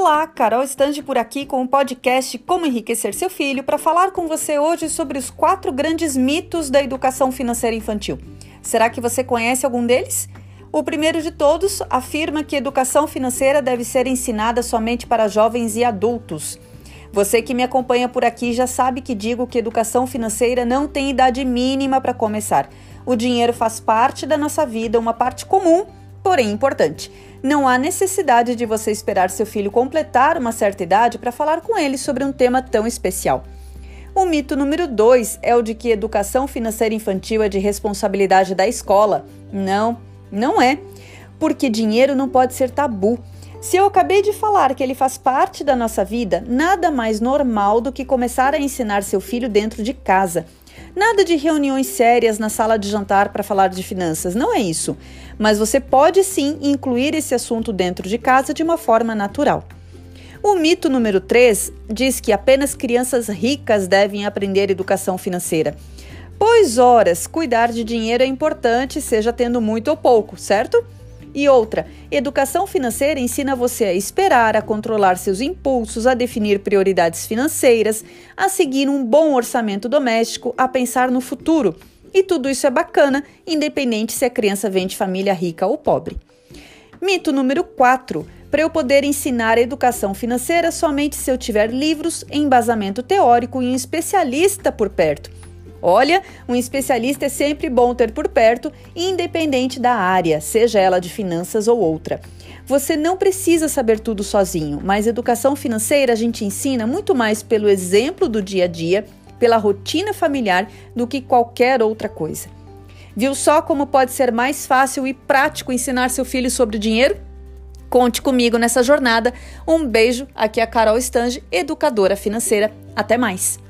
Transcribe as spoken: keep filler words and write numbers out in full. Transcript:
Olá, Carol Stange por aqui com o podcast Como Enriquecer Seu Filho para falar com você hoje sobre os quatro grandes mitos da educação financeira infantil. Será que você conhece algum deles? O primeiro de todos afirma que educação financeira deve ser ensinada somente para jovens e adultos. Você que me acompanha por aqui já sabe que digo que educação financeira não tem idade mínima para começar. O dinheiro faz parte da nossa vida, uma parte comum, porém importante. Não há necessidade de você esperar seu filho completar uma certa idade para falar com ele sobre um tema tão especial. O mito número dois é o de que educação financeira infantil é de responsabilidade da escola. Não, não é, porque dinheiro não pode ser tabu. Se eu acabei de falar que ele faz parte da nossa vida, nada mais normal do que começar a ensinar seu filho dentro de casa. Nada de reuniões sérias na sala de jantar para falar de finanças, não é isso. Mas você pode sim incluir esse assunto dentro de casa de uma forma natural. O mito número três diz que apenas crianças ricas devem aprender educação financeira. Pois, horas, cuidar de dinheiro é importante, seja tendo muito ou pouco, certo? E outra, educação financeira ensina você a esperar, a controlar seus impulsos, a definir prioridades financeiras, a seguir um bom orçamento doméstico, a pensar no futuro. E tudo isso é bacana, independente se a criança vem de família rica ou pobre. Mito número quatro. Para eu poder ensinar educação financeira somente se eu tiver livros, embasamento teórico e um especialista por perto. Olha, um especialista é sempre bom ter por perto, independente da área, seja ela de finanças ou outra. Você não precisa saber tudo sozinho, mas educação financeira a gente ensina muito mais pelo exemplo do dia a dia, pela rotina familiar, do que qualquer outra coisa. Viu só como pode ser mais fácil e prático ensinar seu filho sobre dinheiro? Conte comigo nessa jornada. Um beijo, aqui é a Carol Stange, educadora financeira. Até mais!